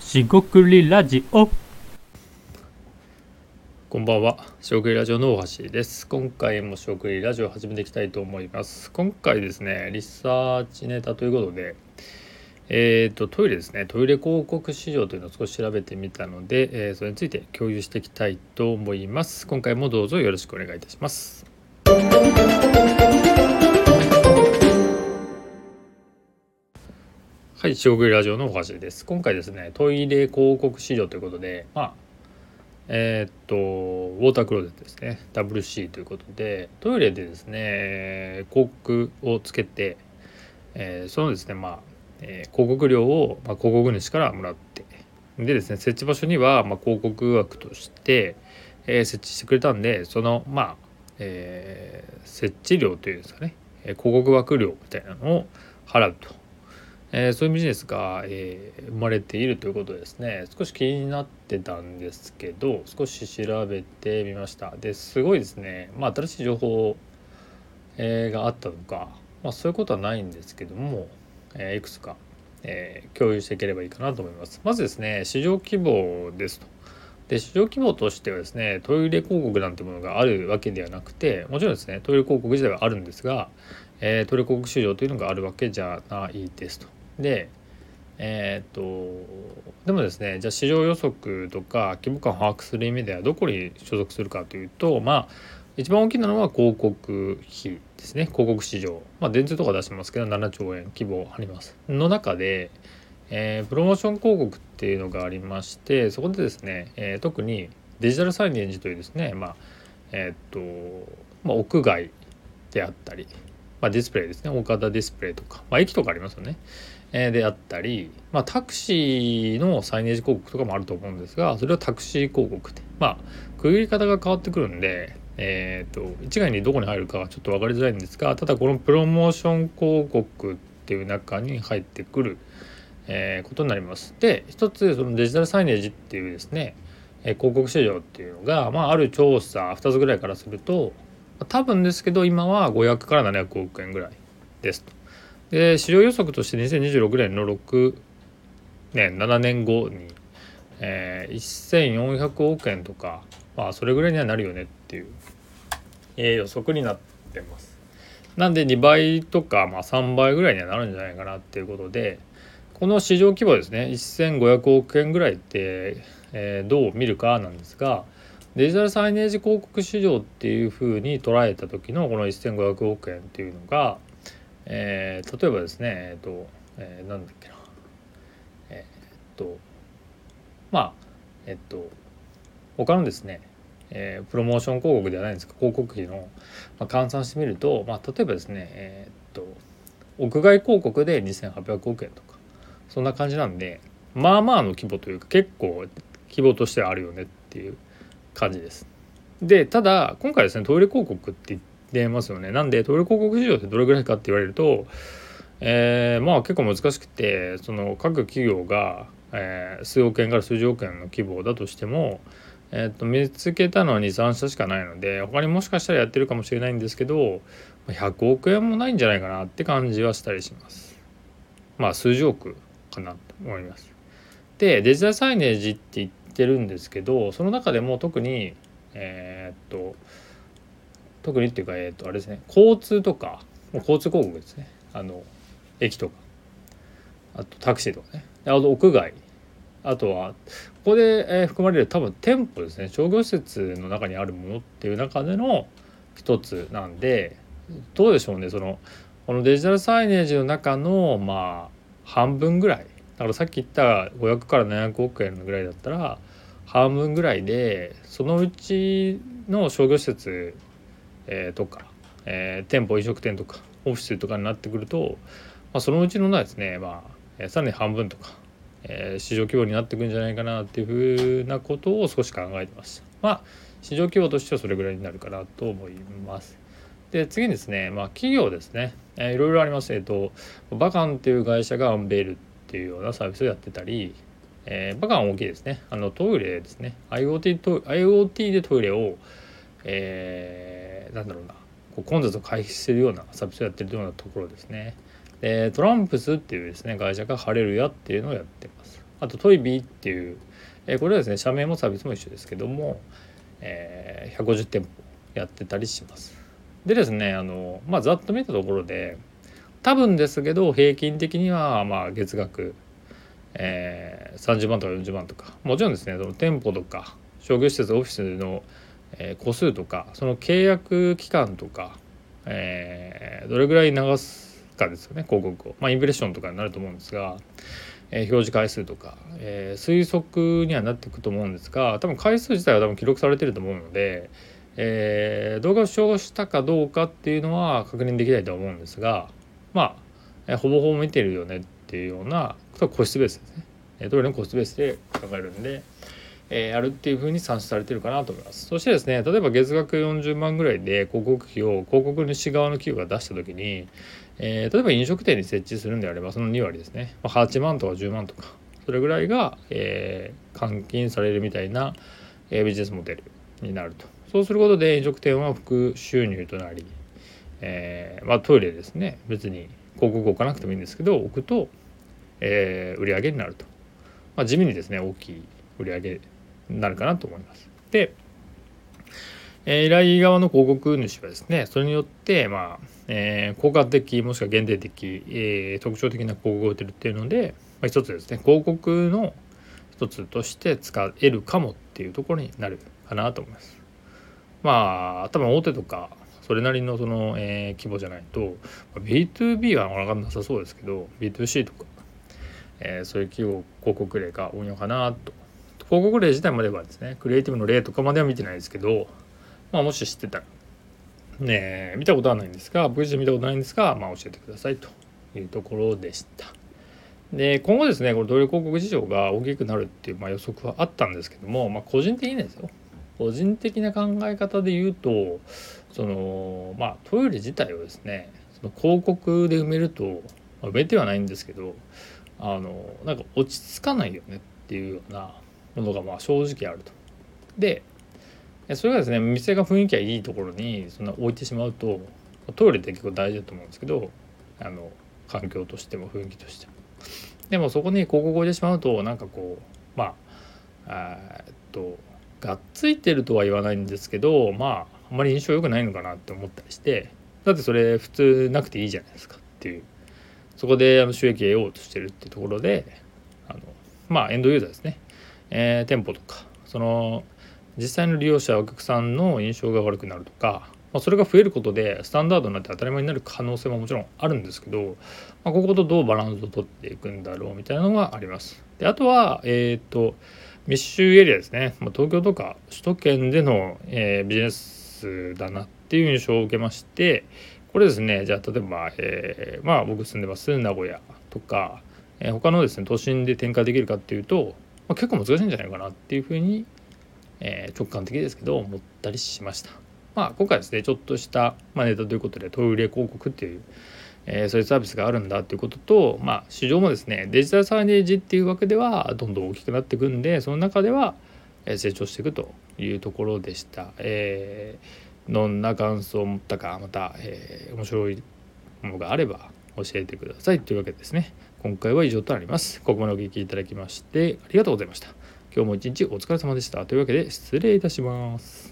しごくりラジオ。 こんばんは、しごくりラジオの大橋です。今回もしごくりラジオを始めていきたいと思います。今回ですね、リサーチネタということで、トイレですね、トイレ広告市場というのを少し調べてみたので、それについて共有していきたいと思います。今回もどうぞよろしくお願いいたします。はい、しごくりラジオの大橋です。今回ですね、トイレ広告市場ということで、ウォータークローゼットですね、 WC ということで、トイレでですね広告をつけて、そのですね広告料を、広告主からもらって、でですね、設置場所には、広告枠として、設置してくれたんで、その設置料というんですかね、広告枠料みたいなのを払うと、そういうビジネスが、生まれているということですね。少し気になってたんですけど、少し調べてみました。ですごいですね、新しい情報、があったのか、そういうことはないんですけども、いくつか、共有していければいいかなと思います。まずですね、市場規模ですと。で、市場規模としてはですね、トイレ広告なんてものがあるわけではなくて、もちろんですね、トイレ広告自体はあるんですが、トイレ広告市場というのがあるわけじゃないですと。で、でもですね、じゃあ市場予測とか規模感を把握する意味ではどこに所属するかというと、一番大きなのは広告費ですね。広告市場、電通とか出してますけど7兆円規模ありますの中で、プロモーション広告っていうのがありまして、そこでですね、特にデジタルサイネージというですね、屋外であったり、ディスプレイですね、大型ディスプレイとか、駅とかありますよね、であったり、タクシーのサイネージ広告とかもあると思うんですが、それはタクシー広告で、区切り方が変わってくるんで、一概にどこに入るかはちょっと分かりづらいんですが、ただこのプロモーション広告っていう中に入ってくる、ことになります。で、一つそのデジタルサイネージっていうですね、広告市場っていうのが、ある調査2つぐらいからすると、多分ですけど今は500から700億円ぐらいですと。で、市場予測として2026年の6年7年後に、1400億円とか、それぐらいにはなるよねっていう、予測になってます。なんで2倍とか、3倍ぐらいにはなるんじゃないかなっていうことで、この市場規模ですね、1500億円ぐらいって、どう見るかなんですが、デジタルサイネージ広告市場っていうふうに捉えた時のこの1500億円っていうのが、例えばですね、なんだっけな、えっとまあえっと他のですね、プロモーション広告ではないんですが、広告費の、換算してみると、例えばですね、屋外広告で2800億円とか、そんな感じなんで、の規模というか、結構規模としてはあるよねっていう感じです。で、ただ今回ですね、トイレ広告って言ってますよね。なんでトイレ広告市場ってどれぐらいかって言われると、結構難しくて、その各企業が、数億円から数十億円の規模だとしても、見つけたのは 2,3 社しかないので、他にもしかしたらやってるかもしれないんですけど、100億円もないんじゃないかなって感じはしたりします。数十億かなと思います。で、デジタルサイネージって言ってるんですけど、その中でも特にっていうか、あれですね、交通とか、交通広告ですね、駅とか、あとタクシーとかね、あと屋外、あとはここで、含まれる多分店舗ですね、商業施設の中にあるものっていう中での一つなんで、どうでしょうね、このデジタルサイネージの中の半分ぐらいだから、さっき言った500から700億円ぐらいだったら半分ぐらいで、そのうちの商業施設、とか、店舗飲食店とかオフィスとかになってくると、そのうちのですね、さらに半分とか、市場規模になってくるんじゃないかなっていうふうなことを少し考えてました。市場規模としてはそれぐらいになるかなと思います。で、次にですね、企業ですね、いろいろあります。バカンっていう会社がアンベールっていうようなサービスをやってたり、バカン大きいですね、トイレですね、 IoT でトイレを、混雑を回避するようなサービスをやってるようなところですね。で、トランプスっていうですね会社がハレルヤっていうのをやってます。 あとトイビーっていう、これはですね社名もサービスも一緒ですけども、150店舗やってたりします。でですねざっと見たところで多分ですけど平均的には月額、30万とか40万とか、もちろんですねその店舗とか商業施設オフィスの、個数とかその契約期間とか、どれぐらい流すかですよね広告を、インプレッションとかになると思うんですが、表示回数とか、推測にはなっていくと思うんですが、多分回数自体は多分記録されてると思うので、動画を視聴したかどうかっていうのは確認できないと思うんですが、ほぼほぼ見てるよねっていうような個室ベースですね。トイレの個室ベースで考えるんで、やるっていう風に算出されてるかなと思います。そしてですね例えば月額40万ぐらいで広告費を広告主側の企業が出した時に、例えば飲食店に設置するんであればその2割ですね、8万とか10万とかそれぐらいが、換金されるみたいな、ビジネスモデルになると。そうすることで飲食店は副収入となり、トイレですね別に広告置かなくてもいいんですけど置くと、売り上げになると、地味にですね大きい売り上げになるかなと思います。で、依頼側の広告主はですねそれによって、効果的もしくは限定的、特徴的な広告を打てるっていうので、一つですね広告の一つとして使えるかもっていうところになるかなと思います。多分大手とかそれなりのその、規模じゃないと B2B はなかなかなさそうですけど B2C とか、そういう企業広告例が多いのかなと。広告例自体まではですねクリエイティブの例とかまでは見てないですけど、もし知ってたらね見たことはないんですが僕自身見たことないんですが、教えてくださいというところでした。で今後ですねこれどういう広告事情が大きくなるっていう、予測はあったんですけども、個人的にですよ個人的な考え方で言うとそのトイレ自体をですねその広告で埋めると、埋めてはないんですけどなんか落ち着かないよねっていうようなものが正直あると。でそれがですね店が雰囲気がいいところにそんな置いてしまうとトイレって結構大事だと思うんですけど環境としても雰囲気としてもでもそこに広告を置いてしまうとなんかこうがっついてるとは言わないんですけどあんまり印象良くないのかなって思ったりしてだってそれ普通なくていいじゃないですかっていうそこで収益を得ようとしてるっていうところでエンドユーザーですね、店舗とかその実際の利用者お客さんの印象が悪くなるとか、それが増えることでスタンダードになって当たり前になる可能性ももちろんあるんですけど、こことどうバランスを取っていくんだろうみたいなのがあります。であとは密集エリアですね、東京とか首都圏での、ビジネスだなっていう印象を受けまして、これですねじゃあ例えば、僕住んでます名古屋とか、他のですね都心で展開できるかっていうと、結構難しいんじゃないかなっていうふうに、直感的ですけど思ったりしました。今回ですねちょっとした、ネタということでトイレ広告っていう、そういうサービスがあるんだということと、市場もですねデジタルサイネージっていうわけではどんどん大きくなっていくんでその中では成長していくというところでした。どんな感想を持ったかまた、面白いものがあれば教えてくださいというわけでですね今回は以上となります。ここまでお聞きいただきましてありがとうございました。今日も一日お疲れ様でしたというわけで失礼いたします。